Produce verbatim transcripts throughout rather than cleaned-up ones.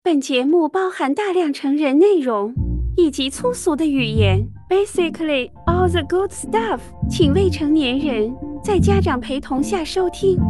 本节目包含大量成人内容以及粗俗的语言 ，basically all the good stuff， 请未成年人在家长陪同下收听。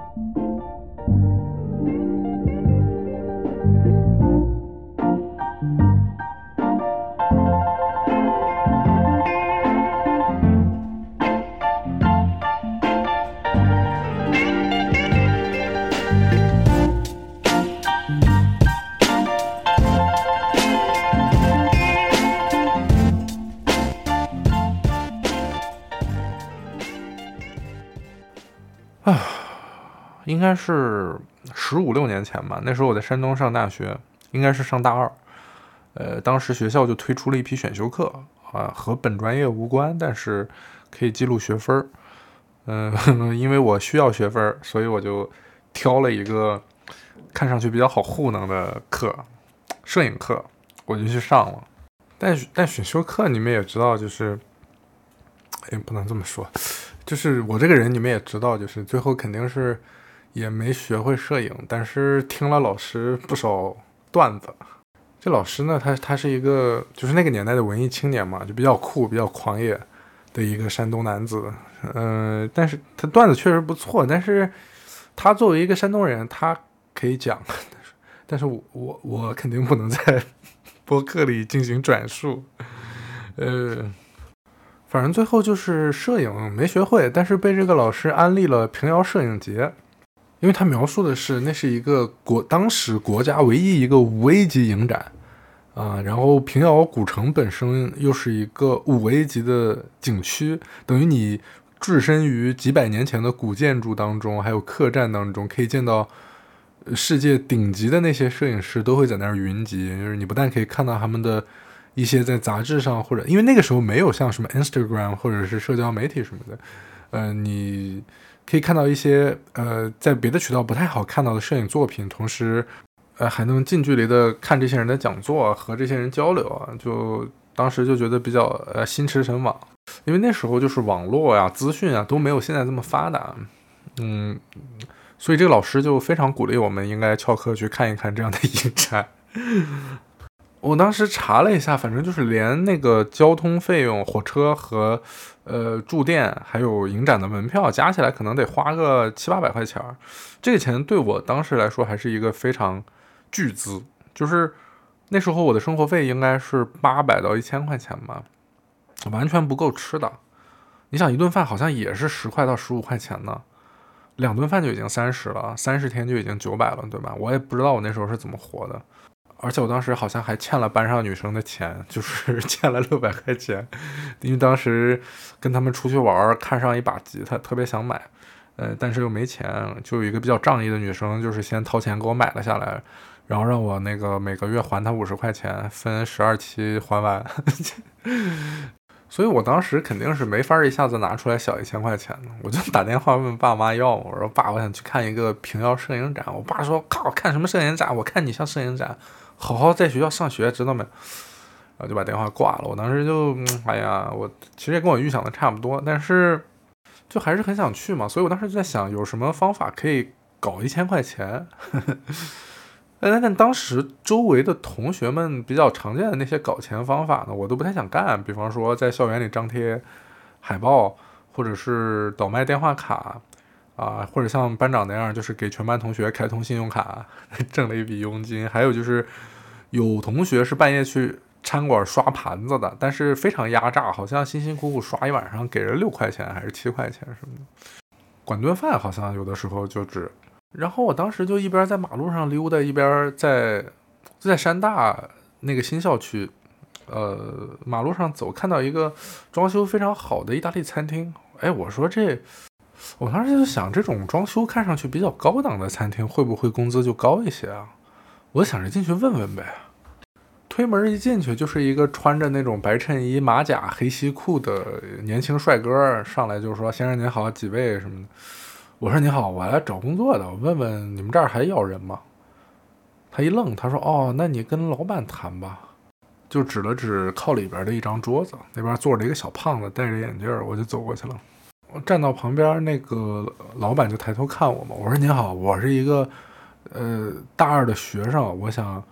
啊，应该是十五六年前吧。那时候我在山东上大学，应该是上大二。呃，当时学校就推出了一批选修课啊，和本专业无关，但是可以记录学分。嗯、呃，因为我需要学分，所以我就挑了一个看上去比较好糊弄的课，摄影课，我就去上了。但但选修课你们也知道，就是，哎，不能这么说。就是我这个人你们也知道，就是最后肯定是也没学会摄影，但是听了老师不少段子。这老师呢，他他是一个就是那个年代的文艺青年嘛，就比较酷比较狂野的一个山东男子。嗯、呃，但是他段子确实不错，但是他作为一个山东人，他可以讲，但是我我我肯定不能在播客里进行转述。呃反正最后就是摄影没学会，但是被这个老师安利了平遥摄影节，因为他描述的是那是一个国当时国家唯一一个五 A 级影展啊，然后平遥古城本身又是一个五 A 级的景区，等于你置身于几百年前的古建筑当中，还有客栈当中，可以见到世界顶级的那些摄影师都会在那儿云集，就是你不但可以看到他们的一些在杂志上，或者因为那个时候没有像什么 Instagram 或者是社交媒体什么的，呃，你可以看到一些呃在别的渠道不太好看到的摄影作品，同时呃还能近距离的看这些人的讲座，和这些人交流啊，就当时就觉得比较呃心驰神往，因为那时候就是网络呀、资讯啊都没有现在这么发达，嗯，所以这个老师就非常鼓励我们应该翘课去看一看这样的影展。我当时查了一下，反正就是连那个交通费用、火车和呃住店，还有影展的门票加起来，可能得花个七八百块钱。这个钱对我当时来说还是一个非常巨资，就是那时候我的生活费应该是八百到一千块钱吧，完全不够吃的。你想一顿饭好像也是十块到十五块钱呢，两顿饭就已经三十了，三十天就已经九百了，对吧？我也不知道我那时候是怎么活的。而且我当时好像还欠了班上女生的钱，就是欠了六百块钱，因为当时跟他们出去玩，看上一把吉他，特别想买，呃，但是又没钱，就有一个比较仗义的女生，就是先掏钱给我买了下来，然后让我那个每个月还她五十块钱，分十二期还完。所以我当时肯定是没法一下子拿出来小一千块钱的，我就打电话问爸妈要，我说爸，我想去看一个平遥摄影展。我爸说靠，看什么摄影展？我看你像摄影展。好好在学校上学，知道没？然后就把电话挂了。我当时就，嗯、哎呀，我其实也跟我预想的差不多，但是就还是很想去嘛。所以我当时就在想，有什么方法可以搞一千块钱？但但当时周围的同学们比较常见的那些搞钱方法呢，我都不太想干。比方说在校园里张贴海报，或者是倒卖电话卡。啊，或者像班长那样，就是给全班同学开通信用卡，挣了一笔佣金。还有就是有同学是半夜去餐馆刷盘子的，但是非常压榨，好像辛辛苦苦刷一晚上给人六块钱还是七块钱什么的，管顿饭好像有的时候就值。然后我当时就一边在马路上溜达，一边在就在山大那个新校区，呃，马路上走，看到一个装修非常好的意大利餐厅。哎，我说这。我当时就想，这种装修看上去比较高档的餐厅，会不会工资就高一些啊？我想着进去问问呗。推门一进去，就是一个穿着那种白衬衣、马甲、黑西裤的年轻帅哥，上来就说：“先生您好，几位什么的。”我说：“你好，我来找工作的，我问问你们这儿还要人吗？”他一愣，他说：“哦，那你跟老板谈吧。”就指了指靠里边的一张桌子，那边坐着一个小胖子，戴着眼镜，我就走过去了。我站到旁边，那个老板就抬头看我嘛。我说：“您好，我是一个呃大二的学生，我想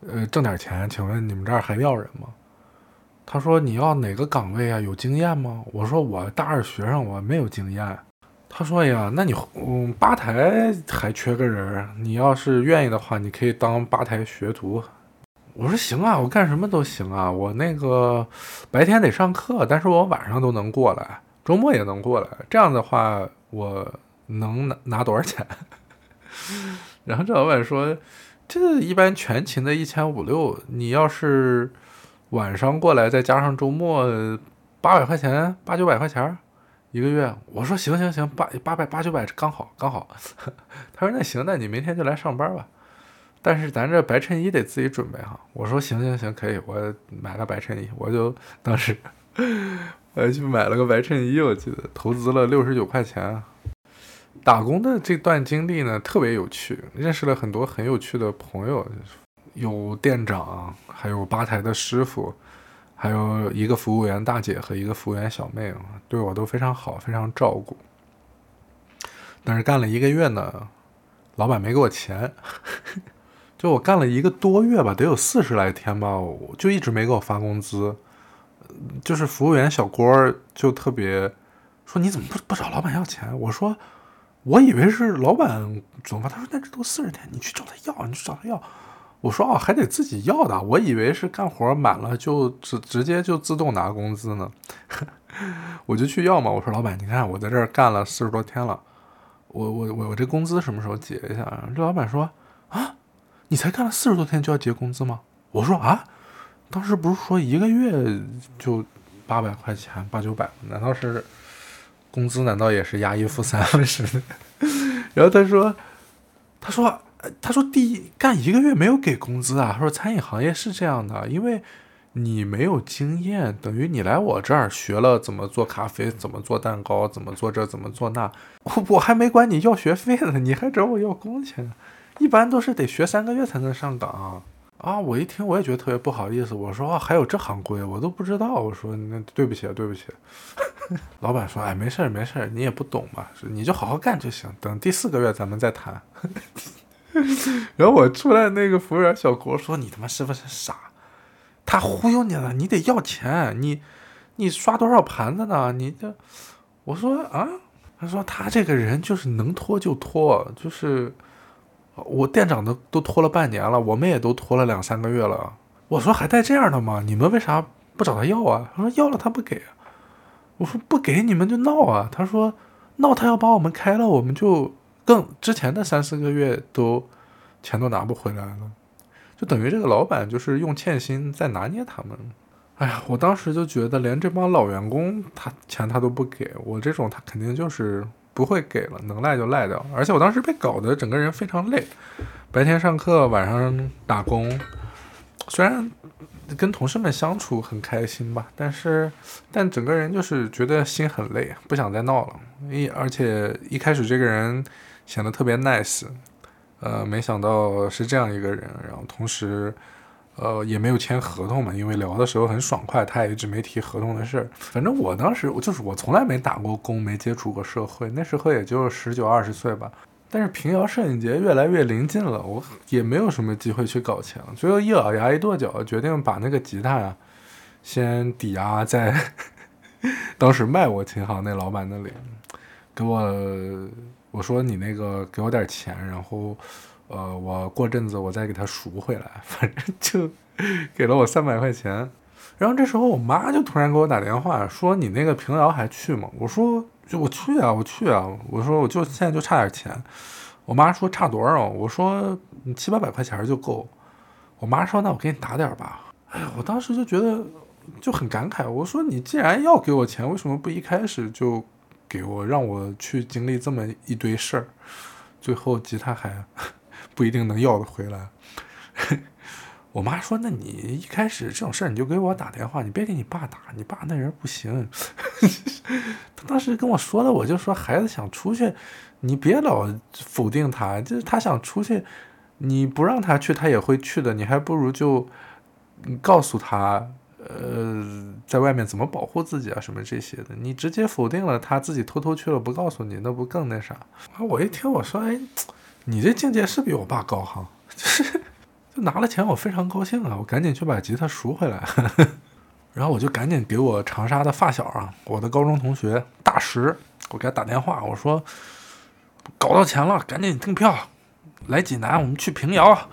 呃，挣点钱，请问你们这儿还要人吗？他说你要哪个岗位啊？有经验吗？我说我大二学生，我没有经验。他说呀，那你嗯吧台还缺个人，你要是愿意的话，你可以当吧台学徒。我说行啊，我干什么都行啊，我那个白天得上课，但是我晚上都能过来，周末也能过来。这样的话，我能拿拿多少钱？然后这老板说，这一般全勤的一千五六，你要是晚上过来，再加上周末，八百块钱，八九百块钱一个月。我说行行行，八八百八九百刚好刚好。他说那行，那你明天就来上班吧。但是咱这白衬衣得自己准备哈。我说行行行，可以，我买个白衬衣，我就当时我去买了个白衬衣，我记得投资了六十九块钱。打工的这段经历呢，特别有趣，认识了很多很有趣的朋友，有店长，还有吧台的师傅，还有一个服务员大姐和一个服务员小妹，对我都非常好，非常照顾。但是干了一个月呢，老板没给我钱。就我干了一个多月吧，得有四十来天吧，我就一直没给我发工资。就是服务员小郭就特别说，你怎么不不找老板要钱？我说我以为是老板总发，他说那这都四十天，你去找他要，你去找他要。我说哦，还得自己要的，我以为是干活满了就直直接就自动拿工资呢。我就去要嘛，我说老板，你看我在这儿干了四十多天了，我我我我这工资什么时候结一下？这老板说啊，你才干了四十多天就要结工资吗？我说啊，当时不是说一个月就八百块钱八九百，难道是工资难道也是押一付三是的？然后他说他说他说第一干一个月没有给工资啊，他说餐饮行业是这样的，因为你没有经验，等于你来我这儿学了怎么做咖啡，怎么做蛋糕，怎么做这怎么做那，我我还没管你要学费呢，你还找我要工钱，一般都是得学三个月才能上岗啊。啊，我一听我也觉得特别不好意思，我说啊，还有这行规，我都不知道。我说那对不起对不起。老板说，哎，没事没事，你也不懂嘛，你就好好干就行，等第四个月咱们再谈。然后我出来，那个服务员小郭说，你他妈是不是傻？他忽悠你了，你得要钱，你你刷多少盘子呢？你这，我说啊，他说他这个人就是能拖就拖，就是我店长都都拖了半年了，我们也都拖了两三个月了。我说还带这样的吗？你们为啥不找他要啊？他说要了他不给。我说不给你们就闹啊。他说闹他要把我们开了，我们就更之前的三四个月都钱都拿不回来了。就等于这个老板就是用欠薪在拿捏他们。哎呀，我当时就觉得连这帮老员工他钱他都不给，我这种他肯定就是不会给了，能赖就赖掉。而且我当时被搞得整个人非常累，白天上课，晚上打工，虽然跟同事们相处很开心吧，但是但整个人就是觉得心很累，不想再闹了。一而且一开始这个人显得特别 nice， 呃，没想到是这样一个人，然后同时呃，也没有签合同嘛，因为聊的时候很爽快，他也一直没提合同的事儿。反正我当时我就是我从来没打过工，没接触过社会，那时候也就十九二十岁吧。但是平遥摄影节越来越临近了，我也没有什么机会去搞钱了。最后一咬牙一跺脚，决定把那个吉他呀先抵押在当时卖我琴行那老板那里，给我我说你那个给我点钱，然后呃我过阵子我再给他赎回来，反正就给了我三百块钱。然后这时候我妈就突然给我打电话说，你那个平遥还去吗？我说就我去啊我去啊，我说我就现在就差点钱。我妈说差多少？我说七八百块钱就够。我妈说那我给你打点吧。哎呀，我当时就觉得就很感慨，我说你既然要给我钱，为什么不一开始就给我，让我去经历这么一堆事儿，最后吉他还不一定能要得回来。我妈说那你一开始这种事儿你就给我打电话，你别给你爸打，你爸那人不行。他当时跟我说了，我就说孩子想出去你别老否定他，就是他想出去你不让他去他也会去的，你还不如就告诉他呃，在外面怎么保护自己啊什么这些的，你直接否定了他自己偷偷去了不告诉你，那不更那啥。我一听我说哎，你这境界是比我爸高哈，就是就拿了钱，我非常高兴啊，我赶紧去把吉他赎回来。然后我就赶紧给我长沙的发小啊，我的高中同学大石，我给他打电话，我说搞到钱了，赶紧订票来济南，我们去平遥。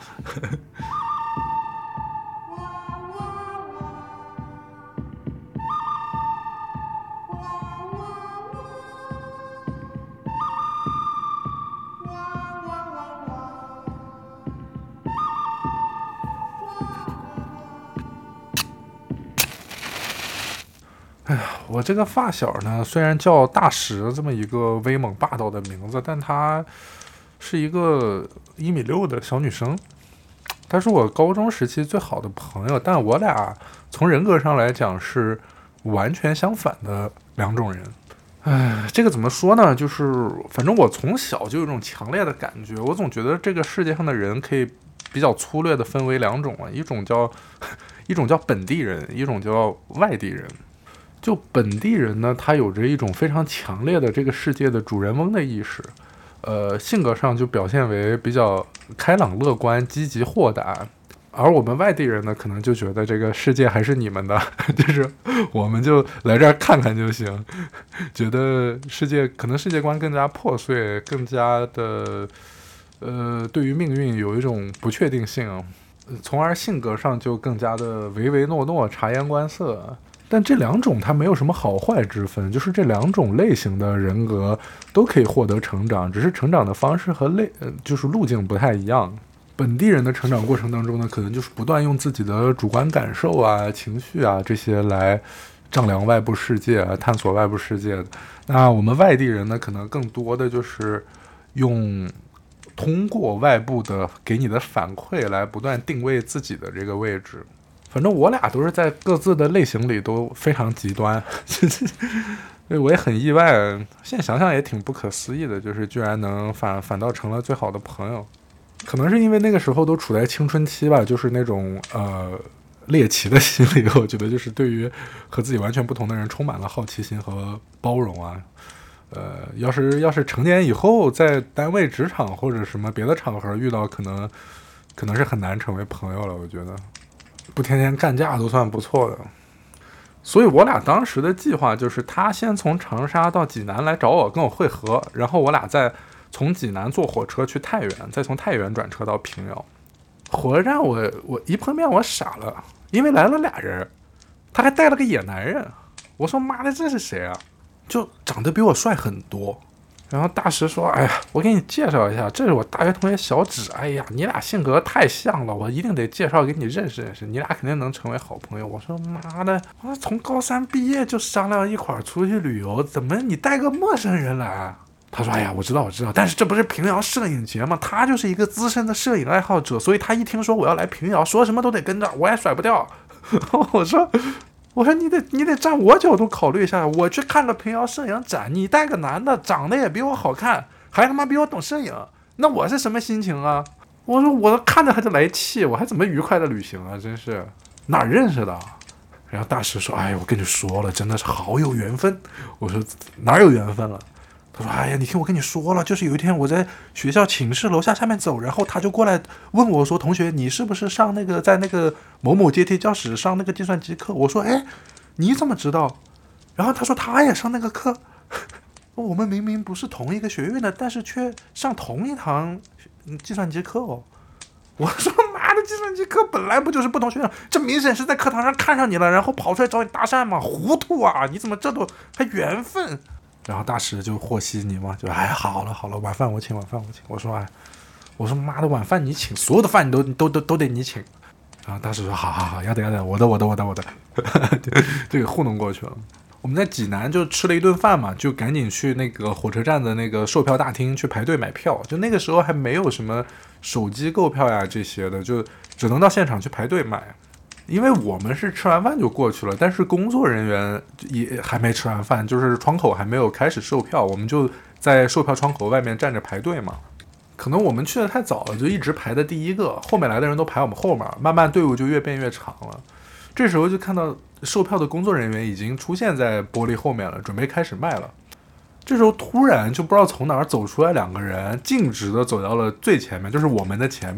哎呀，我这个发小呢，虽然叫大石这么一个威猛霸道的名字，但她是一个一米六的小女生。她是我高中时期最好的朋友，但我俩从人格上来讲是完全相反的两种人。哎，这个怎么说呢？就是反正我从小就有一种强烈的感觉，我总觉得这个世界上的人可以比较粗略的分为两种啊，一种叫一种叫本地人，一种叫外地人。就本地人呢，他有着一种非常强烈的这个世界的主人翁的意识，呃，性格上就表现为比较开朗、乐观、积极、豁达。而我们外地人呢，可能就觉得这个世界还是你们的，就是我们就来这儿看看就行，觉得世界可能世界观更加破碎，更加的呃，对于命运有一种不确定性，从而性格上就更加的唯唯诺诺、察言观色。但这两种它没有什么好坏之分，就是这两种类型的人格都可以获得成长，只是成长的方式和类呃就是路径不太一样。本地人的成长过程当中呢，可能就是不断用自己的主观感受啊、情绪啊这些来丈量外部世界、探索外部世界的。那我们外地人呢，可能更多的就是用通过外部的给你的反馈来不断定位自己的这个位置。反正我俩都是在各自的类型里都非常极端，所以我也很意外。现在想想也挺不可思议的，就是居然能反反倒成了最好的朋友。可能是因为那个时候都处在青春期吧，就是那种呃猎奇的心理，我觉得就是对于和自己完全不同的人充满了好奇心和包容啊。呃，要是要是成年以后在单位、职场或者什么别的场合遇到，可能可能是很难成为朋友了，我觉得。不天天干架都算不错的。所以我俩当时的计划就是他先从长沙到济南来找我，跟我会合，然后我俩再从济南坐火车去太原，再从太原转车到平遥。火车站我我一碰面我傻了，因为来了俩人，他还带了个野男人。我说妈的，这是谁啊？就长得比我帅很多。然后大石说，哎呀，我给你介绍一下，这是我大学同学小芷。哎呀，你俩性格太像了，我一定得介绍给你认识认识，你俩肯定能成为好朋友。我说妈的，我从高三毕业就商量一块儿出去旅游，怎么你带个陌生人来？他说，哎呀，我知道我知道，但是这不是平遥摄影节吗？他就是一个资深的摄影爱好者，所以他一听说我要来平遥，说什么都得跟着，我也甩不掉。我说我说你得你得站我角度考虑一下，我去看个平遥摄影展，你带个男的长得也比我好看，还他妈比我懂摄影，那我是什么心情啊？我说我看着他就来气，我还怎么愉快的旅行啊？真是哪儿认识的？然后大师说，哎，我跟你说了，真的是好有缘分。我说哪有缘分了？他说，哎呀，你听我跟你说了，就是有一天我在学校寝室楼下下面走，然后他就过来问我说，同学，你是不是上那个在那个某某阶梯教室上那个计算机课？我说，哎，你怎么知道？然后他说他也上那个课，我们明明不是同一个学院的，但是却上同一堂计算机课哦。我说妈的，计算机课本来不就是不同学院，这明显是在课堂上看上你了，然后跑出来找你搭讪嘛，糊涂啊！你怎么这都还缘分？然后大师就和稀泥嘛，就哎好了好了，晚饭我请，晚饭我请。我说哎，我说妈的，晚饭你请，所有的饭你都都都都得你请。然后大师说好好好，要得要得，我的我的我的我的，就给糊弄过去了。我们在济南就吃了一顿饭嘛，就赶紧去那个火车站的那个售票大厅去排队买票。就那个时候还没有什么手机购票呀这些的，就只能到现场去排队买。因为我们是吃完饭就过去了，但是工作人员也还没吃完饭，就是窗口还没有开始售票，我们就在售票窗口外面站着排队嘛。可能我们去的太早了，就一直排的第一个，后面来的人都排我们后面，慢慢队伍就越变越长了。这时候就看到售票的工作人员已经出现在玻璃后面了，准备开始卖了。这时候突然就不知道从哪儿走出来两个人，径直的走到了最前面，就是我们的前面，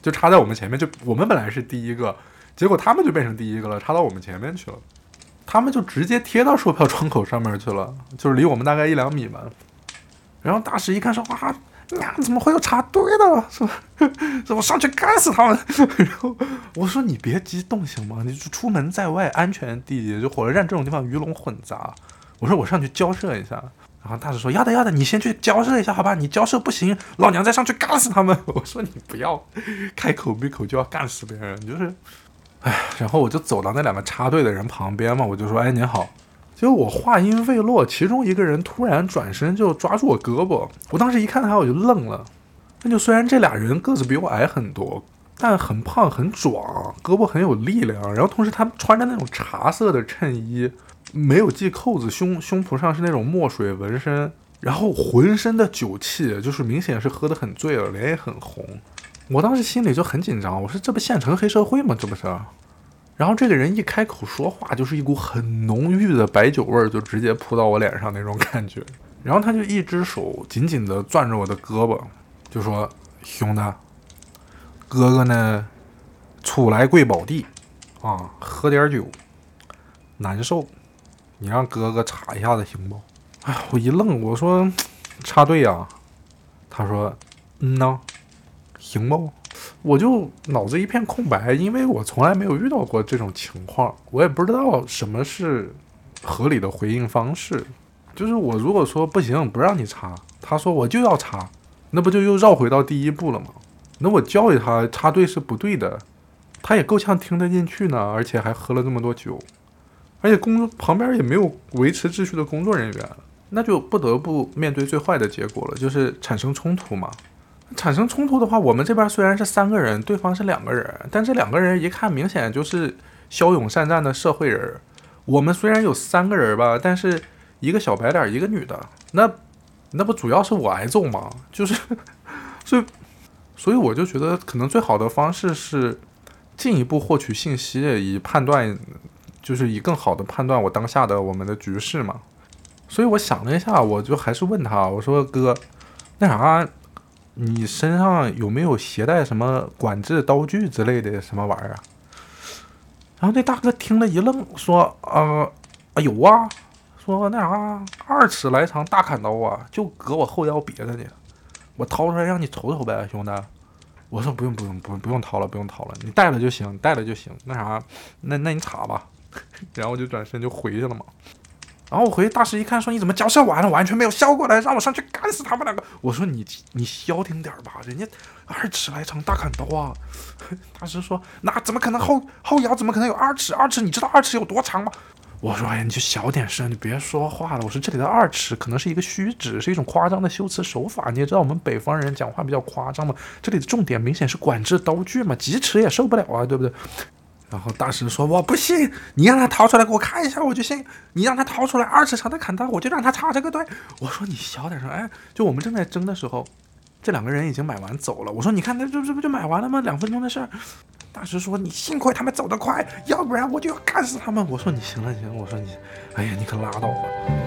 就插在我们前面，就我们本来是第一个，结果他们就变成第一个了，插到我们前面去了。他们就直接贴到售票窗口上面去了，就是离我们大概一两米吧。然后大使一看说：“哇，呀，怎么会有插队的？说，说我上去干死他们。”然后我说：“你别激动行吗？你就出门在外，安全第一。就火车站这种地方鱼龙混杂。”我说：“我上去交涉一下。”然后大使说：“要的要的，你先去交涉一下，好吧？你交涉不行，老娘再上去干死他们。”我说：“你不要开口闭口就要干死别人，就是。”哎，然后我就走到那两个插队的人旁边嘛，我就说：“哎，您好。”结果我话音未落，其中一个人突然转身就抓住我胳膊，我当时一看他我就愣了。那就虽然这俩人个子比我矮很多，但很胖很壮，胳膊很有力量，然后同时他们穿着那种茶色的衬衣，没有系扣子，胸胸脯上是那种墨水纹身，然后浑身的酒气，就是明显是喝得很醉了，脸也很红。我当时心里就很紧张，我说这不县城黑社会吗？这不是？然后这个人一开口说话，就是一股很浓郁的白酒味，就直接扑到我脸上那种感觉。然后他就一只手紧紧地攥着我的胳膊，就说：“兄弟，哥哥呢，初来贵宝地啊，喝点酒，难受，你让哥哥插一下子行不？”哎，我一愣，我说：“插队呀？”他说：“嗯呐。”行不？我就脑子一片空白，因为我从来没有遇到过这种情况，我也不知道什么是合理的回应方式。就是我如果说不行，不让你插，他说我就要插，那不就又绕回到第一步了吗？那我教育他插队是不对的，他也够呛听得进去呢，而且还喝了这么多酒，而且工作旁边也没有维持秩序的工作人员，那就不得不面对最坏的结果了，就是产生冲突嘛。产生冲突的话，我们这边虽然是三个人，对方是两个人，但这两个人一看明显就是骁勇善战的社会人。我们虽然有三个人吧，但是一个小白脸，一个女的，那那不主要是我挨揍吗？就是所以所以我就觉得可能最好的方式是进一步获取信息，以判断，就是以更好的判断我当下的我们的局势嘛。所以我想了一下，我就还是问他，我说哥，那啥，你身上有没有携带什么管制刀具之类的什么玩意儿啊？然后那大哥听了一愣，说：“呃，啊有啊，说那啥二尺来长大砍刀啊，就搁我后腰别着呢，我掏出来让你瞅瞅呗，兄弟。”我说：“不用不用不用不用掏了，不用掏了，你带了就行，你带了就行。那啥，那那你插吧。”然后我就转身就回去了嘛。然后我回去，大师一看说：“你怎么交涉完了，完全没有销过来，让我上去干死他们两个。”我说你：“你你消停点吧，人家二尺来长大砍刀啊。”大师说：“那怎么可能后后腰怎么可能有二尺？二尺你知道二尺有多长吗？”我说：“哎呀，你就小点声，你别说话了。”我说：“这里的二尺可能是一个虚指，是一种夸张的修辞手法。你也知道我们北方人讲话比较夸张嘛，这里的重点明显是管制刀具嘛，几尺也受不了啊，对不对？”然后大师说：“我不信，你让他掏出来给我看一下，我就信。你让他掏出来二尺长的砍刀，我就让他插这个队。”我说：“你小点声。”哎，就我们正在争的时候，这两个人已经买完走了。我说：“你看，那这这不就买完了吗？两分钟的事儿。”大师说：“你幸亏他们走得快，要不然我就要干死他们。”我说：“你行了行了。”我说：“你，哎呀，你可拉倒吧。”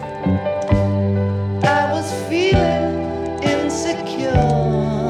I was feeling insecure.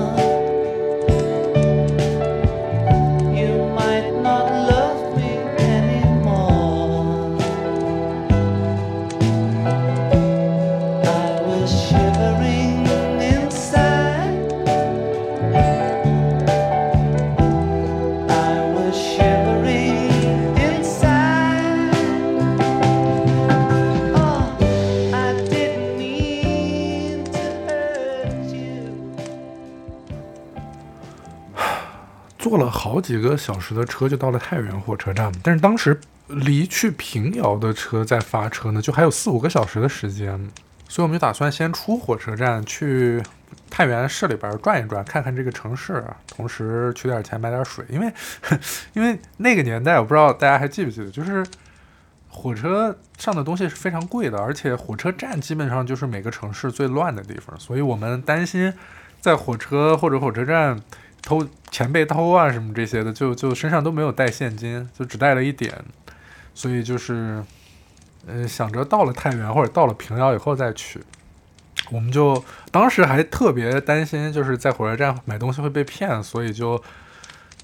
坐了好几个小时的车就到了太原火车站，但是当时离去平遥的车在发车呢，就还有四五个小时的时间，所以我们就打算先出火车站去太原市里边转一转，看看这个城市，同时取点钱买点水，因为因为那个年代我不知道大家还记不记得，就是火车上的东西是非常贵的，而且火车站基本上就是每个城市最乱的地方，所以我们担心在火车或者火车站偷钱被偷啊什么这些的，就就身上都没有带现金，就只带了一点，所以就是呃想着到了太原或者到了平遥以后再去。我们就当时还特别担心就是在火车站买东西会被骗，所以就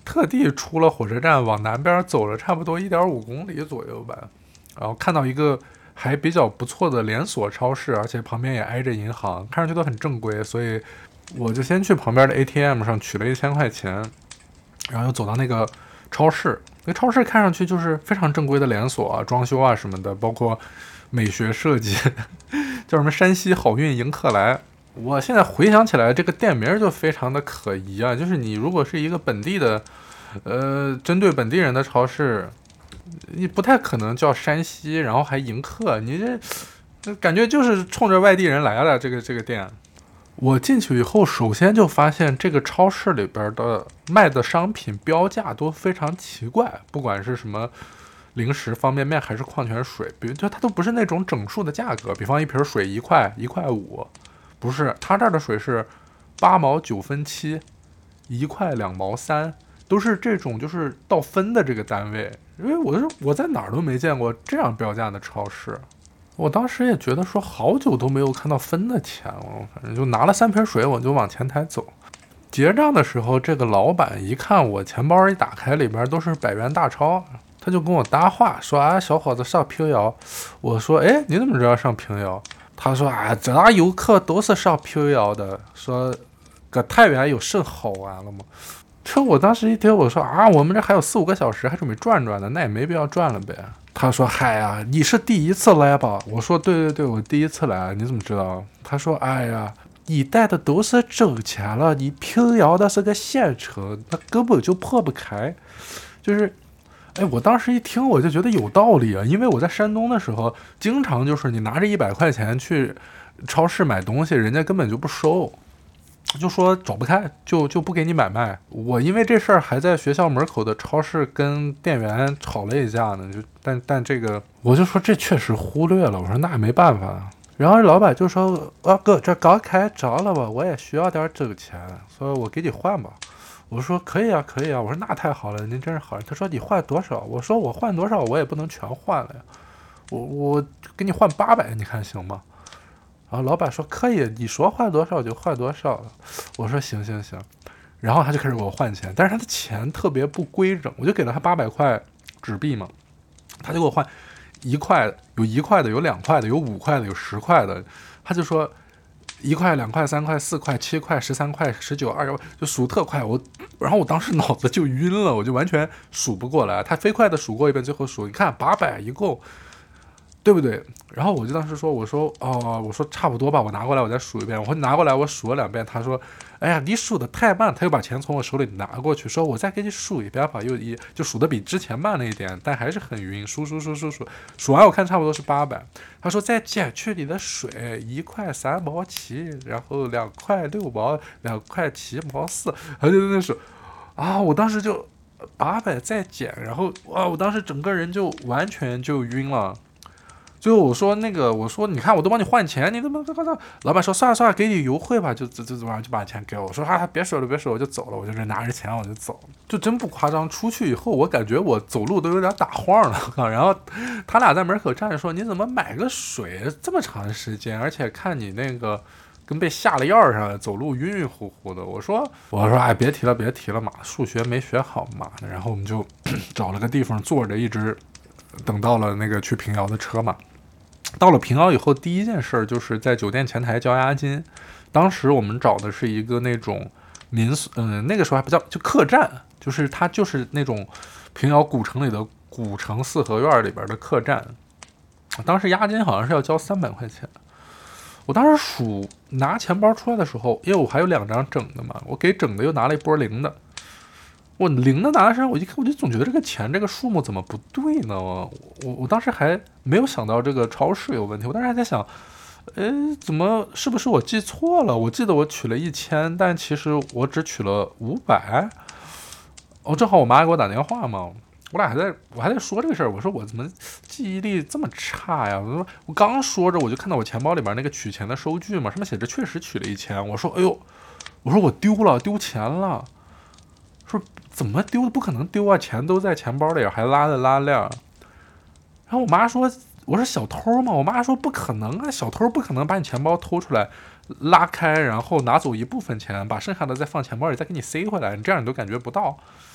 特地出了火车站往南边走了差不多一点五公里左右吧，然后看到一个还比较不错的连锁超市，而且旁边也挨着银行，看上去都很正规，所以我就先去旁边的 A T M 上取了一千块钱，然后又走到那个超市。那个超市看上去就是非常正规的连锁啊，装修啊什么的，包括美学设计，叫什么山西好运迎客来。我现在回想起来，这个店名就非常的可疑啊！就是你如果是一个本地的，呃，针对本地人的超市，你不太可能叫山西，然后还迎客，你这感觉就是冲着外地人来了。这个这个店，我进去以后，首先就发现这个超市里边的卖的商品标价都非常奇怪，不管是什么零食、方便面还是矿泉水，比如就它都不是那种整数的价格，比方一瓶水一块、一块五。不是，他这儿的水是八毛九分七，一块两毛三，都是这种就是到分的这个单位。因为我是我在哪儿都没见过这样标价的超市，我当时也觉得说好久都没有看到分的钱了，反正就拿了三瓶水，我就往前台走。结账的时候，这个老板一看我钱包一打开，里边都是百元大钞，他就跟我搭话说啊，小伙子上平遥。我说哎，你怎么知道上平遥？他说啊，这哪游客都是上平遥的，说搁太原有甚好玩了吗？这我当时一听，我说啊，我们这还有四五个小时，还准备转转呢，那也没必要转了呗。他说嗨呀，你是第一次来吧？我说对对对，我第一次来，你怎么知道？他说哎呀，你带的都是真钱了，你平遥的是个县城，那根本就破不开，就是。哎，我当时一听我就觉得有道理啊，因为我在山东的时候，经常就是你拿着一百块钱去超市买东西，人家根本就不收，就说找不开，就就不给你买卖。我因为这事儿还在学校门口的超市跟店员吵了一架呢，就但但这个我就说这确实忽略了，我说那也没办法。然后老板就说啊哥，这刚开张了吧，我也需要点整钱，所以我给你换吧。我说可以啊，可以啊。我说那太好了，您真是好人。他说你换多少？我说我换多少，我也不能全换了呀。我我给你换八百，你看行吗？然后老板说可以，你说换多少就换多少了。我说行行行。然后他就开始给我换钱，但是他的钱特别不规整，我就给了他八百块纸币嘛，他就给我换一块的，有一块的，有两块的，有五块的，有十块的。他就说。一块、两块、三块、四块、七块、十三块、十九、二十，就数特快。我，然后我当时脑子就晕了，我就完全数不过来。他飞快的数过一遍，最后数，你看八百一共，对不对？然后我就当时说，我说哦，我说差不多吧，我拿过来我再数一遍。我拿过来我数了两遍，他说，哎呀，你数的太慢。他又把钱从我手里拿过去，说我再给你数一遍吧，又一就数的比之前慢了一点，但还是很晕。数数数数数，数完我看差不多是八百。他说再减去你的水，一块三毛七，然后两块六毛，两块七毛四，他就在那数啊，我当时就八百再减，然后哇，我当时整个人就完全就晕了。最后我说那个，我说你看我都帮你换钱，你怎么这个？老板说算了算了，给你优惠吧，就就就就就把钱给我。我说啊，别说了别说了，我就走了，我就拿着钱我就走了，就真不夸张。出去以后，我感觉我走路都有点打晃了。然后他俩在门口站着说，你怎么买个水这么长时间，而且看你那个跟被下了药似的，走路晕晕乎乎的。我说我说哎，别提了别提了嘛，数学没学好嘛。然后我们就找了个地方坐着，一直等到了那个去平遥的车嘛。到了平遥以后，第一件事就是在酒店前台交押金。当时我们找的是一个那种民宿，嗯、呃，那个时候还不叫就客栈，就是它就是那种平遥古城里的古城四合院里边的客栈。当时押金好像是要交三百块钱。我当时数拿钱包出来的时候，因为我还有两张整的嘛，我给整的又拿了一波零的。我零的拿在身上，我一看我就总觉得这个钱这个数目怎么不对呢？我我我当时还没有想到这个超市有问题，我当时还在想，哎，怎么是不是我记错了？我记得我取了一千，但其实我只取了五百。哦，正好我妈给我打电话嘛，我俩还在我还在说这个事儿，我说我怎么记忆力这么差呀？我说我刚说着我就看到我钱包里边那个取钱的收据嘛，上面写着确实取了一千。我说哎呦，我说我丢了，丢钱了。说怎么丢？不可能丢啊！钱都在钱包里，还拉的拉链。然后我妈说：“我是小偷吗？”我妈说：“不可能啊，小偷不可能把你钱包偷出来，拉开，然后拿走一部分钱，把剩下的再放钱包里，再给你塞回来。你这样你都感觉不到。”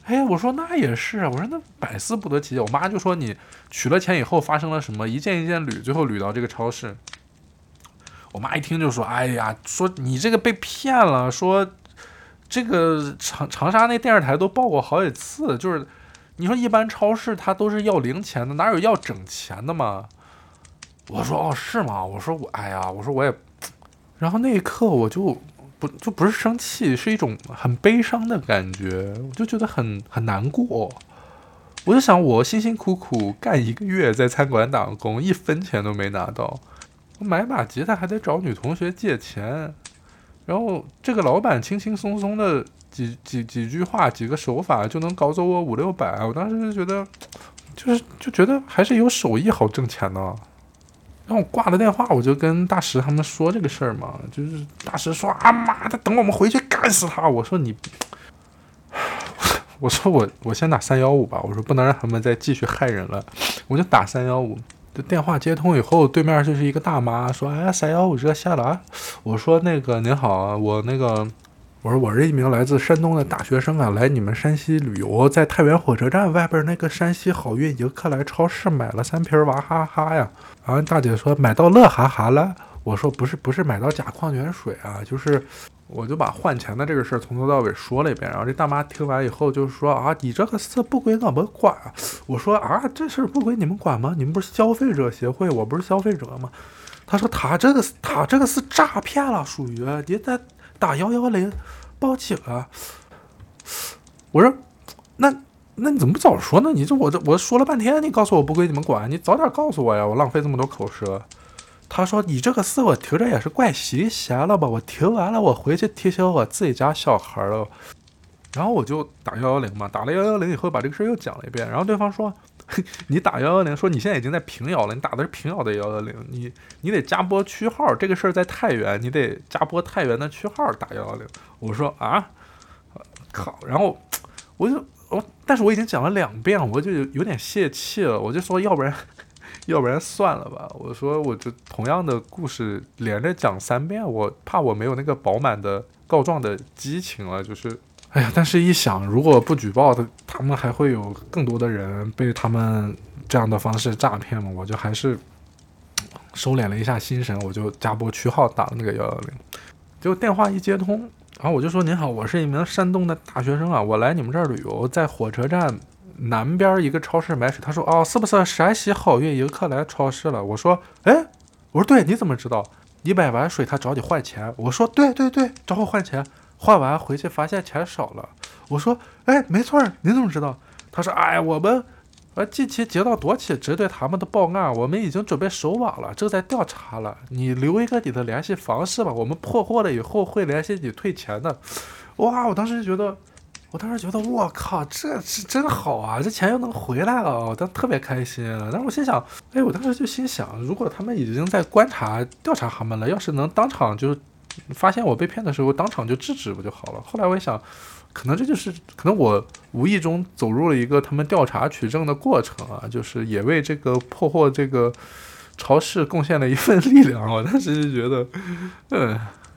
哎，我说那也是啊，我说那百思不得其解。我妈就说你取了钱以后发生了什么，一件一件捋，最后捋到这个超市。我妈一听就说：“哎呀，说你这个被骗了，说这个长长沙那电视台都报过好几次，就是你说一般超市它都是要零钱的，哪有要整钱的嘛？”我说：“哦，是吗？”我说我哎呀，我说我也，然后那一刻我就不就不是生气，是一种很悲伤的感觉，我就觉得很很难过。我就想，我辛辛苦苦干一个月在餐馆打工，一分钱都没拿到。我买把吉他还得找女同学借钱，然后这个老板轻轻松松的几几几句话几个手法就能搞走我五六百，我当时就觉得，就是就觉得还是有手艺好挣钱呢。然后我挂了电话，我就跟大石他们说这个事儿嘛，就是大石说啊妈的，等我们回去干死他。我说你，我说我我先打三幺五吧，我说不能让他们再继续害人了，我就打三幺五。就电话接通以后，对面就是一个大妈说：“哎，三幺五热线了啊！”我说：“那个您好啊，我那个，我说我是一名来自山东的大学生啊，来你们山西旅游，在太原火车站外边那个山西好运游客来超市买了三瓶娃哈哈呀。”然后大姐说：“买到乐哈哈了。”我说：“不是，不是买到假矿泉水啊，就是。”我就把换钱的这个事儿从头到尾说了一遍，然后这大妈听完以后就说：“啊，你这个事不归我们管啊。”我说：“啊，这事儿不归你们管吗？你们不是消费者协会，我不是消费者吗？”他说：“他这个他这个是诈骗了，属于你得打幺幺零报警啊。”我说：“那那你怎么不早说呢？你这我这我说了半天，你告诉我不归你们管，你早点告诉我呀，我浪费这么多口舌。”他说：“你这个事我听着也是怪新鲜了吧？我听完了，我回去提醒我自己家小孩了。”然后我就打幺幺零嘛，打了幺幺零以后把这个事又讲了一遍。然后对方说：“你打幺幺零，说你现在已经在平遥了，你打的是平遥的幺幺零，你你得加拨区号，这个事儿在太原，你得加拨太原的区号打幺幺零。”我说：“啊，靠！”然后我就我，但是我已经讲了两遍，我就有点泄气了，我就说：“要不然。”要不然算了吧，我说我就同样的故事连着讲三遍，我怕我没有那个饱满的告状的激情了，就是哎呀，但是一想如果不举报的，他们还会有更多的人被他们这样的方式诈骗嘛，我就还是收敛了一下心神，我就加拨区号打了那个幺幺零，结果电话一接通，然后我就说：“您好，我是一名山东的大学生啊，我来你们这儿旅游，在火车站南边一个超市买水。”他说：“哦，是不是山西好运游客来超市了？”我说：“哎，我说对，你怎么知道？你买完水他找你换钱。”我说：“对对对，找我换钱，换完回去发现钱少了。”我说：“哎，没错，你怎么知道？”他说：“哎，我们呃近期接到多起针对他们的报案，我们已经准备收网了，正在调查了。你留一个你的联系方式吧，我们破获了以后会联系你退钱的。”哇，我当时就觉得。我当时觉得我靠，这是真好啊！这钱又能回来了，我当时特别开心。但是我心想，哎，我当时就心想，如果他们已经在观察、调查他们了，要是能当场就发现我被骗的时候，当场就制止不就好了？后来我一想，可能这就是可能我无意中走入了一个他们调查取证的过程啊，就是也为这个破获这个超市贡献了一份力量。我当时就觉得，嗯。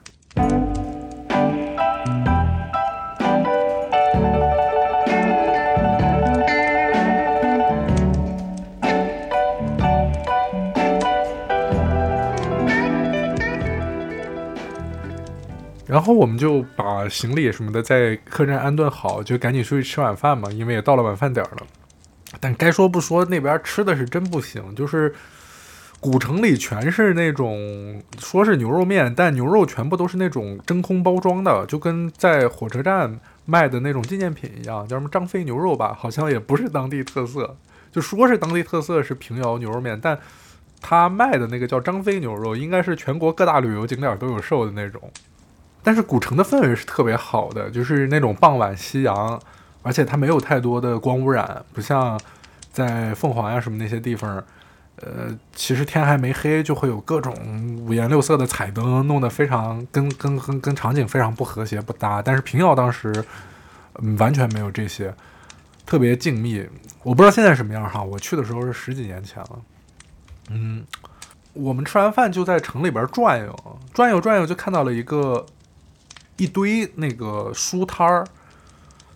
然后我们就把行李什么的在客栈安顿好，就赶紧出去吃晚饭嘛，因为也到了晚饭点了。但该说不说，那边吃的是真不行，就是古城里全是那种说是牛肉面，但牛肉全部都是那种真空包装的，就跟在火车站卖的那种纪念品一样，叫什么张飞牛肉吧，好像也不是当地特色，就说是当地特色是平遥牛肉面，但他卖的那个叫张飞牛肉，应该是全国各大旅游景点都有售的那种。但是古城的氛围是特别好的，就是那种傍晚夕阳，而且它没有太多的光污染，不像在凤凰呀什么那些地方，呃，其实天还没黑就会有各种五颜六色的彩灯，弄得非常跟跟跟跟场景非常不和谐不搭。但是平遥当时、嗯、完全没有这些，特别静谧。我不知道现在什么样哈，我去的时候是十几年前了。嗯，我们吃完饭就在城里边转悠，转悠转悠就看到了一个。一堆那个书摊儿，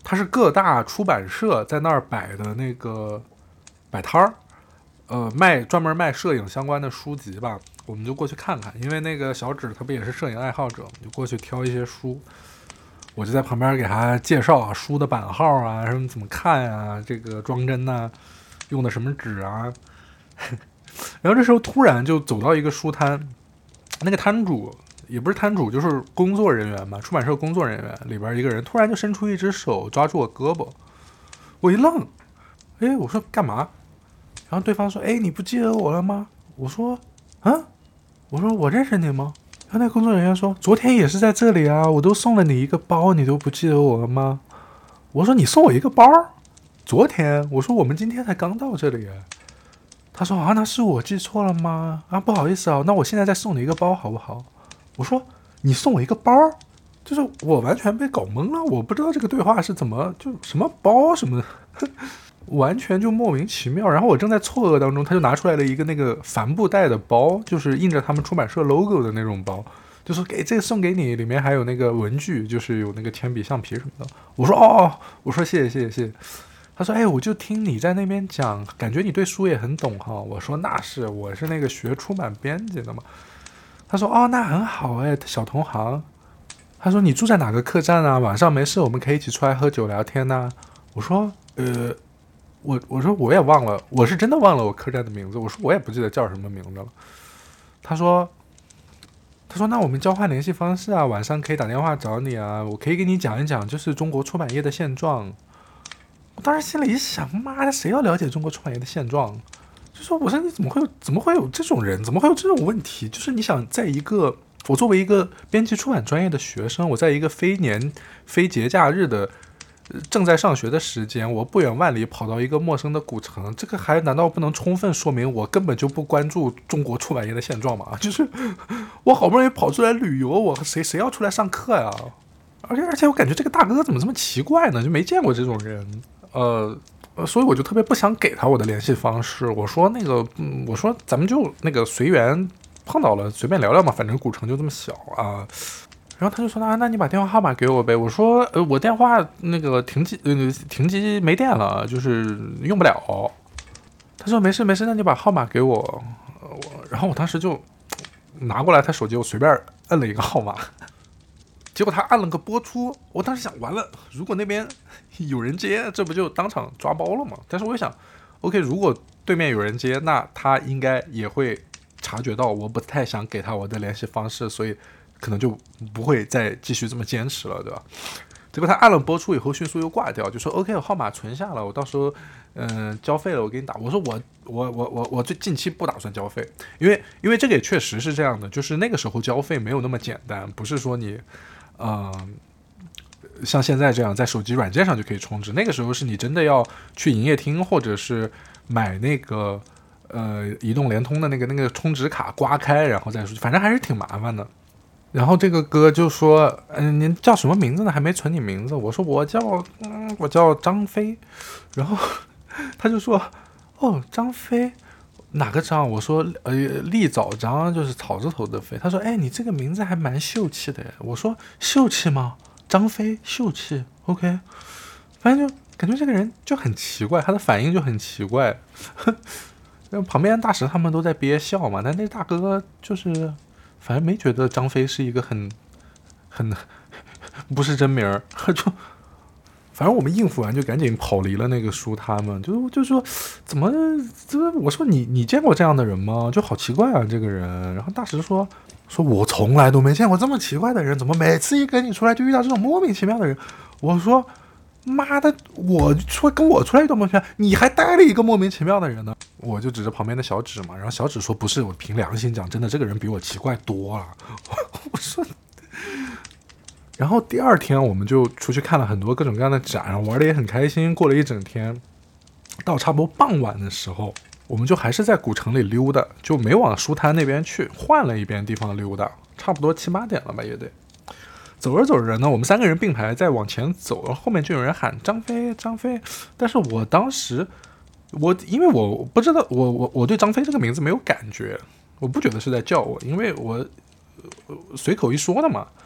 它是各大出版社在那儿摆的那个摆摊儿，呃，卖专门卖摄影相关的书籍吧，我们就过去看看。因为那个小指他不也是摄影爱好者，就过去挑一些书。我就在旁边给他介绍啊，书的版号啊，什么怎么看啊，这个装帧啊，用的什么纸啊。然后这时候突然就走到一个书摊，那个摊主也不是摊主，就是工作人员嘛，出版社工作人员里边一个人突然就伸出一只手抓住我胳膊，我一愣，哎，我说干嘛？然后对方说，哎，你不记得我了吗？我说，啊，我说我认识你吗？然后那工作人员说，昨天也是在这里啊，我都送了你一个包，你都不记得我了吗？我说你送我一个包？昨天？我说我们今天才刚到这里。他说啊，那是我记错了吗？啊，不好意思啊，那我现在再送你一个包好不好？我说你送我一个包？就是我完全被搞懵了，我不知道这个对话是怎么就什么包什么的，完全就莫名其妙。然后我正在错愕当中，他就拿出来了一个那个帆布袋的包，就是印着他们出版社 logo 的那种包，就说给这个送给你，里面还有那个文具，就是有那个铅笔橡皮什么的。我说哦，我说谢谢谢谢谢谢。他说哎，我就听你在那边讲，感觉你对书也很懂哈。我说那是，我是那个学出版编辑的嘛。他说哦，那很好哎，小同行。他说你住在哪个客栈啊？晚上没事我们可以一起出来喝酒聊天啊。我说呃我我说我也忘了，我是真的忘了我客栈的名字。我说我也不记得叫什么名字了。他说他说那我们交换联系方式啊，晚上可以打电话找你啊，我可以给你讲一讲就是中国出版业的现状。我当时心里一想，妈的，谁要了解中国出版业的现状？就说我说你怎么会有怎么会有这种人，怎么会有这种问题？就是你想在一个我作为一个编辑出版专业的学生，我在一个非年非节假日的正在上学的时间，我不远万里跑到一个陌生的古城，这个还难道不能充分说明我根本就不关注中国出版业的现状吗？就是我好不容易跑出来旅游，我谁谁要出来上课呀？而且而且我感觉这个大哥怎么这么奇怪呢？就没见过这种人。呃，所以我就特别不想给他我的联系方式。我说那个，嗯，我说咱们就那个随缘碰到了随便聊聊嘛，反正古城就这么小啊。然后他就说那那你把电话号码给我呗。我说呃我电话那个停机呃停机没电了，就是用不了。他说没事没事，那你把号码给我。我然后我当时就拿过来他手机，我随便摁了一个号码。结果他按了个播出，我当时想完了，如果那边有人接，这不就当场抓包了吗？但是我想 OK， 如果对面有人接，那他应该也会察觉到我不太想给他我的联系方式，所以可能就不会再继续这么坚持了，对吧？结果他按了播出以后迅速又挂掉，就说 OK， 我号码存下了，我到时候嗯、呃、交费了我给你打。我说我我我我我最近期不打算交费，因为因为这个也确实是这样的，就是那个时候交费没有那么简单，不是说你嗯、呃，像现在这样在手机软件上就可以充值，那个时候是你真的要去营业厅或者是买那个呃移动联通的那个那个充值卡刮开然后再说，反正还是挺麻烦的。然后这个哥就说嗯、呃，您叫什么名字呢？还没存你名字。我说我叫嗯我叫张飞。然后他就说哦张飞哪个张？我说呃立早张，就是草字头的飞。他说哎你这个名字还蛮秀气的。我说秀气吗？张飞秀气 OK。 反正就感觉这个人就很奇怪，他的反应就很奇怪。旁边大使他们都在憋笑嘛，但那大哥就是反正没觉得张飞是一个很很不是真名儿，就反正我们应付完就赶紧跑离了那个书摊嘛，就就说怎么这我说你你见过这样的人吗？就好奇怪啊这个人。然后大使说说我从来都没见过这么奇怪的人，怎么每次一跟你出来就遇到这种莫名其妙的人？我说妈的，我说跟我出来遇到莫名其妙，你还带了一个莫名其妙的人呢。我就指着旁边的小指嘛，然后小指说不是，我凭良心讲，真的这个人比我奇怪多了。我说然后第二天我们就出去看了很多各种各样的展，玩的也很开心，过了一整天。到差不多傍晚的时候，我们就还是在古城里溜达，就没往书摊那边去，换了一边地方溜达，差不多七八点了吧也得。走着走着呢，我们三个人并排在往前走，后面就有人喊张飞张飞。但是我当时我因为我不知道，我我我对张飞这个名字没有感觉，我不觉得是在叫我，因为我随口一说的嘛。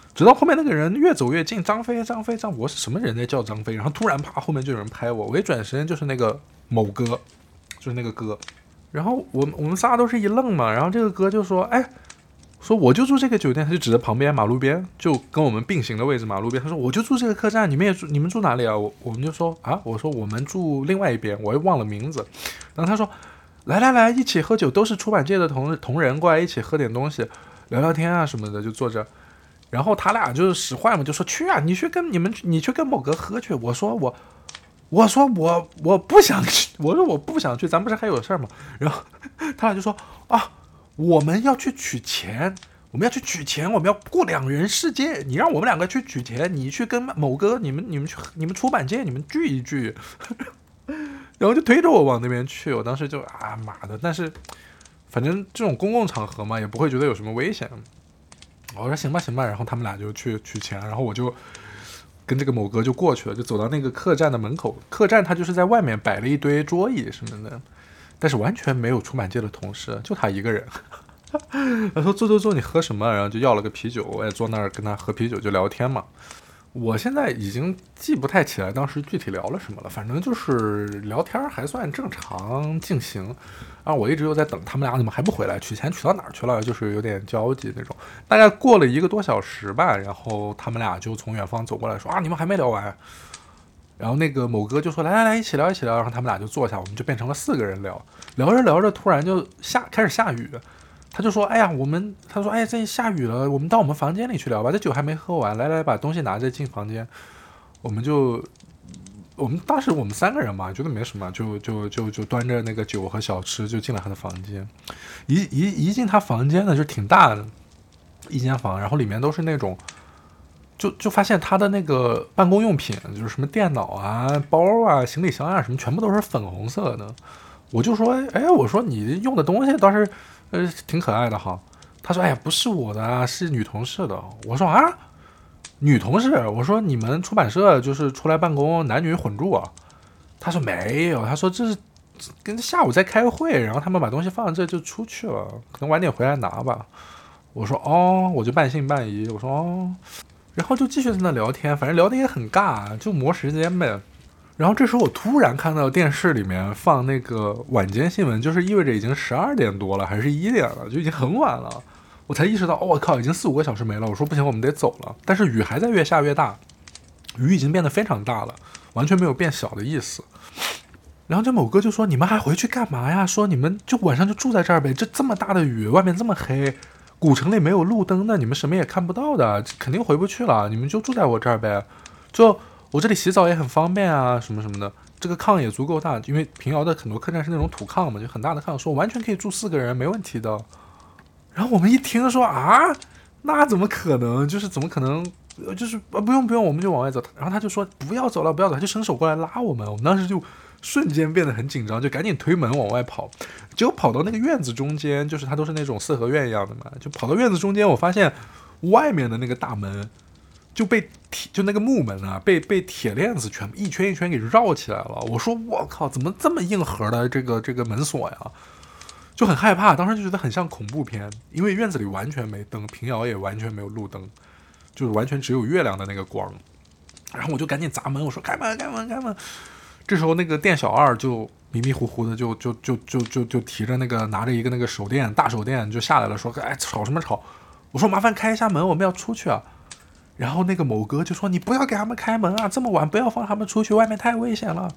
直到后面那个人越走越近，张飞张飞张，我是什么人在叫张飞？然后突然啪，后面就有人拍我，我一转身就是那个某哥，就是那个哥。然后我我们仨都是一愣嘛，然后这个哥就说：“哎，说我就住这个酒店。”他就指着旁边马路边，就跟我们并行的位置马路边。他说：“我就住这个客栈，你们也住，你们住哪里啊？”我我们就说：“啊，我说我们住另外一边，我又忘了名字。”然后他说：“来来来，一起喝酒，都是出版界的同同仁，过来一起喝点东西，聊聊天啊什么的，就坐着。”然后他俩就是使坏嘛，就说：“去啊，你去跟你们，你去跟某哥喝去。”我说我。我说我我不想去，我说我不想去，咱不是还有事儿吗？然后他俩就说啊，我们要去取钱，我们要去取钱，我们要过两人世界，你让我们两个去取钱，你去跟某哥，你们你们去你们出版界，你们聚一聚，然后就推着我往那边去，我当时就啊妈的，但是反正这种公共场合嘛，也不会觉得有什么危险。我说行吧行吧，然后他们俩就去取钱，然后我就。跟这个某哥就过去了，就走到那个客栈的门口。客栈他就是在外面摆了一堆桌椅什么的，但是完全没有出版界的同事，就他一个人。他说坐坐坐，你喝什么？然后就要了个啤酒，我也坐那儿跟他喝啤酒就聊天嘛。我现在已经记不太起来当时具体聊了什么了，反正就是聊天还算正常进行。然后我一直又在等他们俩怎么还不回来，取钱取到哪儿去了，就是有点焦急那种。大概过了一个多小时吧，然后他们俩就从远方走过来说啊，你们还没聊完。然后那个某哥就说来来来一起聊一起聊，然后他们俩就坐下，我们就变成了四个人聊。聊着聊着突然就下开始下雨，他就说哎呀我们他说哎这下雨了，我们到我们房间里去聊吧，这酒还没喝完，来来把东西拿着进房间。我们就我们当时我们三个人嘛，觉得没什么，就就就就端着那个酒和小吃就进了他的房间。一一一进他房间呢，就挺大的一间房，然后里面都是那种，就就发现他的那个办公用品，就是什么电脑啊、包啊、行李箱啊什么，全部都是粉红色的。我就说，哎，我说你用的东西倒是呃挺可爱的哈。他说，哎呀，不是我的啊，是女同事的。我说啊。女同事，我说你们出版社就是出来办公，男女混住啊？他说没有，他说这是跟下午在开会，然后他们把东西放在这就出去了，可能晚点回来拿吧。我说哦，我就半信半疑，我说哦，然后就继续在那聊天，反正聊得也很尬，就磨时间呗。然后这时候我突然看到电视里面放那个晚间新闻，就是意味着已经十二点多了，还是一点了，就已经很晚了。我才意识到，我、哦、靠，已经四五个小时没了。我说不行，我们得走了。但是雨还在越下越大，雨已经变得非常大了，完全没有变小的意思。然后这某哥就说：“你们还回去干嘛呀？说你们就晚上就住在这儿呗。这这么大的雨，外面这么黑，古城里没有路灯的，你们什么也看不到的，肯定回不去了。你们就住在我这儿呗。就我这里洗澡也很方便啊，什么什么的。这个炕也足够大，因为平遥的很多客栈是那种土炕嘛，就很大的炕，说完全可以住四个人，没问题的。”然后我们一听说啊，那怎么可能？就是怎么可能？就是不用不用，我们就往外走。然后他就说不要走了，不要走，他就伸手过来拉我们。我们当时就瞬间变得很紧张，就赶紧推门往外跑。结果跑到那个院子中间，就是它都是那种四合院一样的嘛，就跑到院子中间，我发现外面的那个大门就被铁，就那个木门啊，被被铁链子全一圈一圈给绕起来了。我说我靠，怎么这么硬核的这个这个门锁呀？就很害怕，当时就觉得很像恐怖片，因为院子里完全没灯，平遥也完全没有路灯，就是完全只有月亮的那个光。然后我就赶紧砸门，我说开门开门开门。这时候那个店小二就迷迷糊糊的就就就就就就提着那个拿着一个那个手电大手电就下来了，说哎吵什么吵？我说麻烦开一下门，我们要出去啊。然后那个某哥就说你不要给他们开门啊，这么晚不要放他们出去，外面太危险了。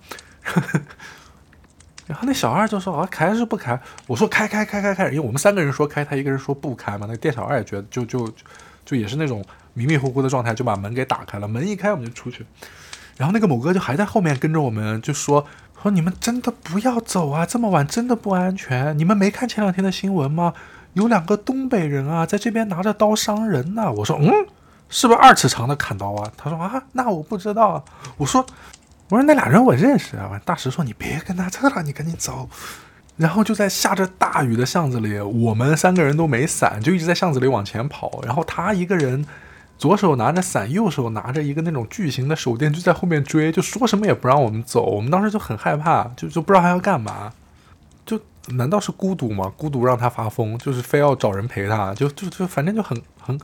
然后那小二就说啊开是不开？我说开开开开开，因为我们三个人说开，他一个人说不开嘛。那个店小二也觉得就就就也是那种迷迷糊糊的状态，就把门给打开了。门一开我们就出去，然后那个某哥就还在后面跟着我们，就说说你们真的不要走啊，这么晚真的不安全。你们没看前两天的新闻吗？有两个东北人啊在这边拿着刀伤人呢、啊。我说嗯，是不是二尺长的砍刀啊？他说啊那我不知道啊。我说。我说那俩人我认识啊，大石说你别跟他扯了，你赶紧走。然后就在下着大雨的巷子里，我们三个人都没伞，就一直在巷子里往前跑。然后他一个人左手拿着伞，右手拿着一个那种巨型的手电，就在后面追，就说什么也不让我们走。我们当时就很害怕，就就不知道他要干嘛。就难道是孤独吗？孤独让他发疯，就是非要找人陪他，就就就反正就很很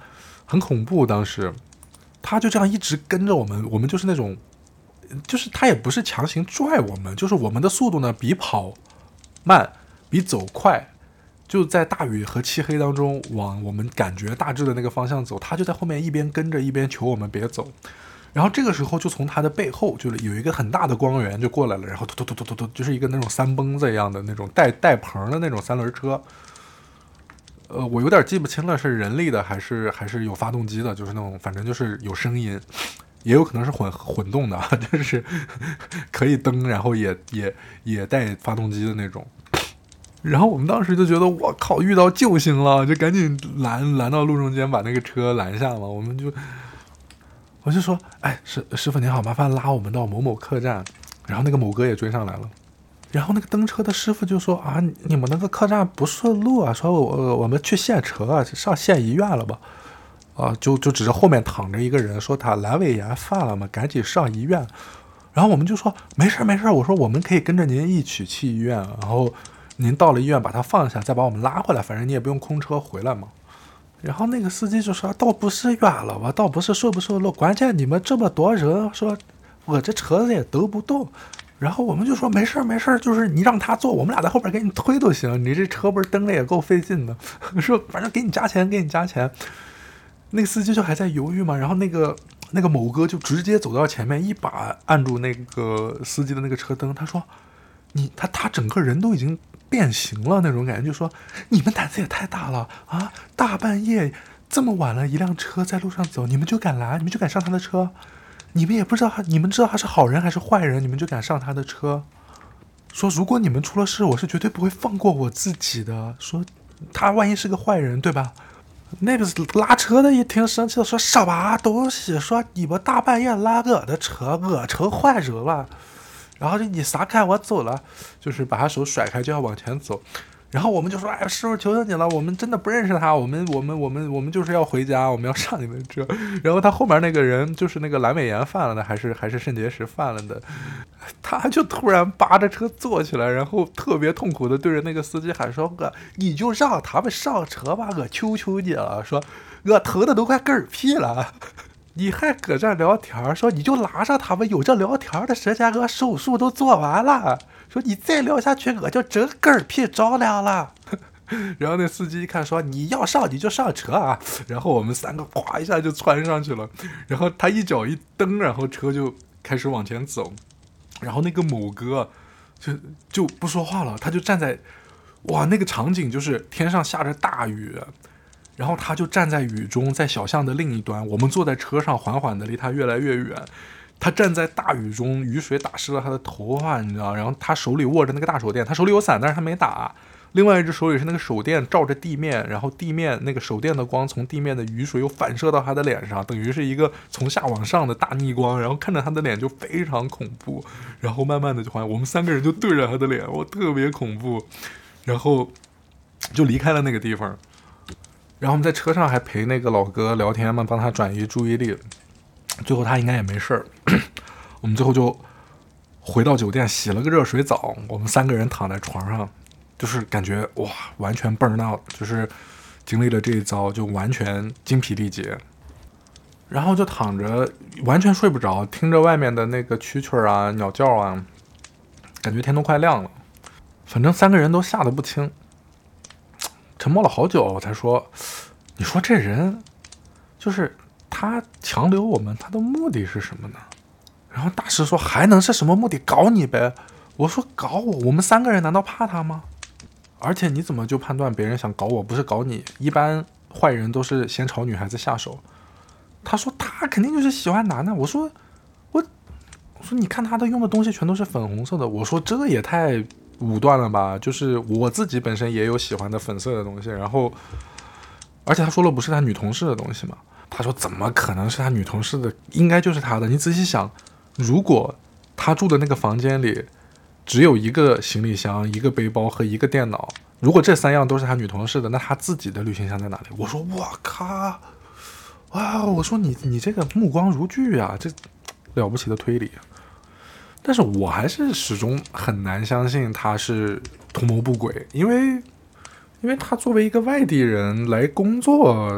很恐怖。当时他就这样一直跟着我们，我们就是那种，就是他也不是强行拽我们，就是我们的速度呢比跑慢，比走快，就在大雨和漆黑当中往我们感觉大致的那个方向走，他就在后面一边跟着一边求我们别走。然后这个时候就从他的背后就是有一个很大的光源就过来了，然后突突突突突，就是一个那种三蹦子一样的那种带带棚的那种三轮车。呃，我有点记不清了是人力的还是还是有发动机的，就是那种反正就是有声音，也有可能是混混动的，就是可以蹬，然后也也也带发动机的那种。然后我们当时就觉得我靠，遇到救星了，就赶紧拦拦到路中间把那个车拦下嘛。我们就我就说，哎，师师傅您好，麻烦拉我们到某某客栈。然后那个某哥也追上来了。然后那个蹬车的师傅就说啊，你们那个客栈不顺路啊，说我我们去县城啊，上县医院了吧？啊，就就指着后面躺着一个人，说他阑尾炎犯了嘛，赶紧上医院。然后我们就说没事没事，我说我们可以跟着您一起去医院，然后您到了医院把他放下，再把我们拉回来，反正你也不用空车回来嘛。然后那个司机就说倒不是远了吧，倒不是顺不顺路，关键你们这么多人，说我这车子也兜不动。然后我们就说没事没事，就是你让他坐，我们俩在后边给你推都行，你这车不是蹬着也够费劲的。说反正给你加钱给你加钱。那个司机就还在犹豫嘛，然后那个那个某哥就直接走到前面，一把按住那个司机的那个车灯，他说你他他整个人都已经变形了那种感觉，就说你们胆子也太大了啊！大半夜这么晚了，一辆车在路上走，你们就敢拦，你们就敢上他的车？你们也不知道他，你们知道他是好人还是坏人，你们就敢上他的车？说如果你们出了事，我是绝对不会放过我自己的。说他万一是个坏人，对吧？那个拉车的一听生气了，说什么东西？说你们大半夜拉我的车，我成坏人了。然后就你撒开我走了，就是把他手甩开就要往前走。然后我们就说，哎，师傅求求你了，我们真的不认识他，我们我们我们我们就是要回家，我们要上你们的车。然后他后面那个人就是那个阑尾炎犯了的，还是还是肾结石犯了的，他就突然扒着车坐起来，然后特别痛苦的对着那个司机喊说，哥，你就让他们上车吧，我求求你了，说我疼的都快嗝屁了。你还搁这聊天，说你就拉上他们有这聊天的时间，我手术都做完了。说你再聊下去，我就整嗝屁着凉了。然后那司机一看，说你要上你就上车啊。然后我们三个咵一下就窜上去了。然后他一脚一蹬，然后车就开始往前走。然后那个某哥就就不说话了，他就站在，哇，那个场景就是天上下着大雨。然后他就站在雨中，在小巷的另一端，我们坐在车上，缓缓的离他越来越远。他站在大雨中，雨水打湿了他的头发，你知道，然后他手里握着那个大手电，他手里有伞，但是他没打。另外一只手里是那个手电照着地面，然后地面那个手电的光从地面的雨水又反射到他的脸上，等于是一个从下往上的大逆光，然后看着他的脸就非常恐怖。然后慢慢的就好像我们三个人就对着他的脸，我特别恐怖。然后就离开了那个地方。然后我们在车上还陪那个老哥聊天嘛，帮他转移注意力。最后他应该也没事儿。我们最后就回到酒店洗了个热水澡，我们三个人躺在床上，就是感觉哇，完全burn out，就是经历了这一遭就完全精疲力竭。然后就躺着完全睡不着，听着外面的那个蛐蛐啊鸟叫啊，感觉天都快亮了。反正三个人都吓得不轻。沉默了好久，我才说，你说这人就是他强留我们，他的目的是什么呢？然后大师说还能是什么目的？搞你呗。我说搞我，我们三个人难道怕他吗？而且你怎么就判断别人想搞我不是搞你？一般坏人都是先朝女孩子下手。他说他肯定就是喜欢男的。我说我我说你看他的用的东西全都是粉红色的。我说这也太武断了吧，就是我自己本身也有喜欢的粉色的东西，然后而且他说了不是他女同事的东西嘛。他说怎么可能是他女同事的，应该就是他的。你仔细想，如果他住的那个房间里只有一个行李箱、一个背包和一个电脑，如果这三样都是他女同事的，那他自己的旅行箱在哪里？我说我靠，哇！我说你你这个目光如炬啊，这了不起的推理。但是我还是始终很难相信他是图谋不轨，因为因为他作为一个外地人来工作，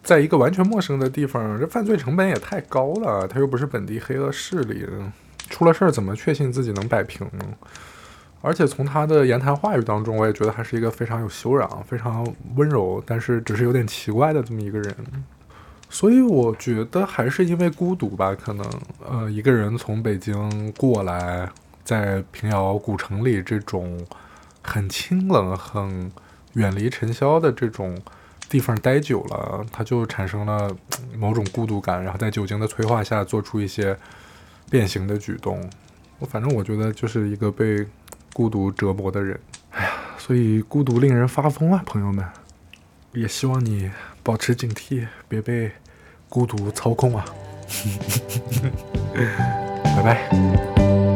在一个完全陌生的地方，这犯罪成本也太高了，他又不是本地黑恶势力，出了事儿怎么确信自己能摆平呢？而且从他的言谈话语当中，我也觉得他是一个非常有修养、非常温柔，但是只是有点奇怪的这么一个人。所以我觉得还是因为孤独吧，可能呃一个人从北京过来，在平遥古城里这种很清冷、很远离尘嚣的这种地方待久了，他就产生了某种孤独感，然后在酒精的催化下做出一些变形的举动。我反正我觉得就是一个被孤独折磨的人。哎呀，所以孤独令人发疯啊，朋友们，也希望你保持警惕，别被孤独操控啊。拜拜。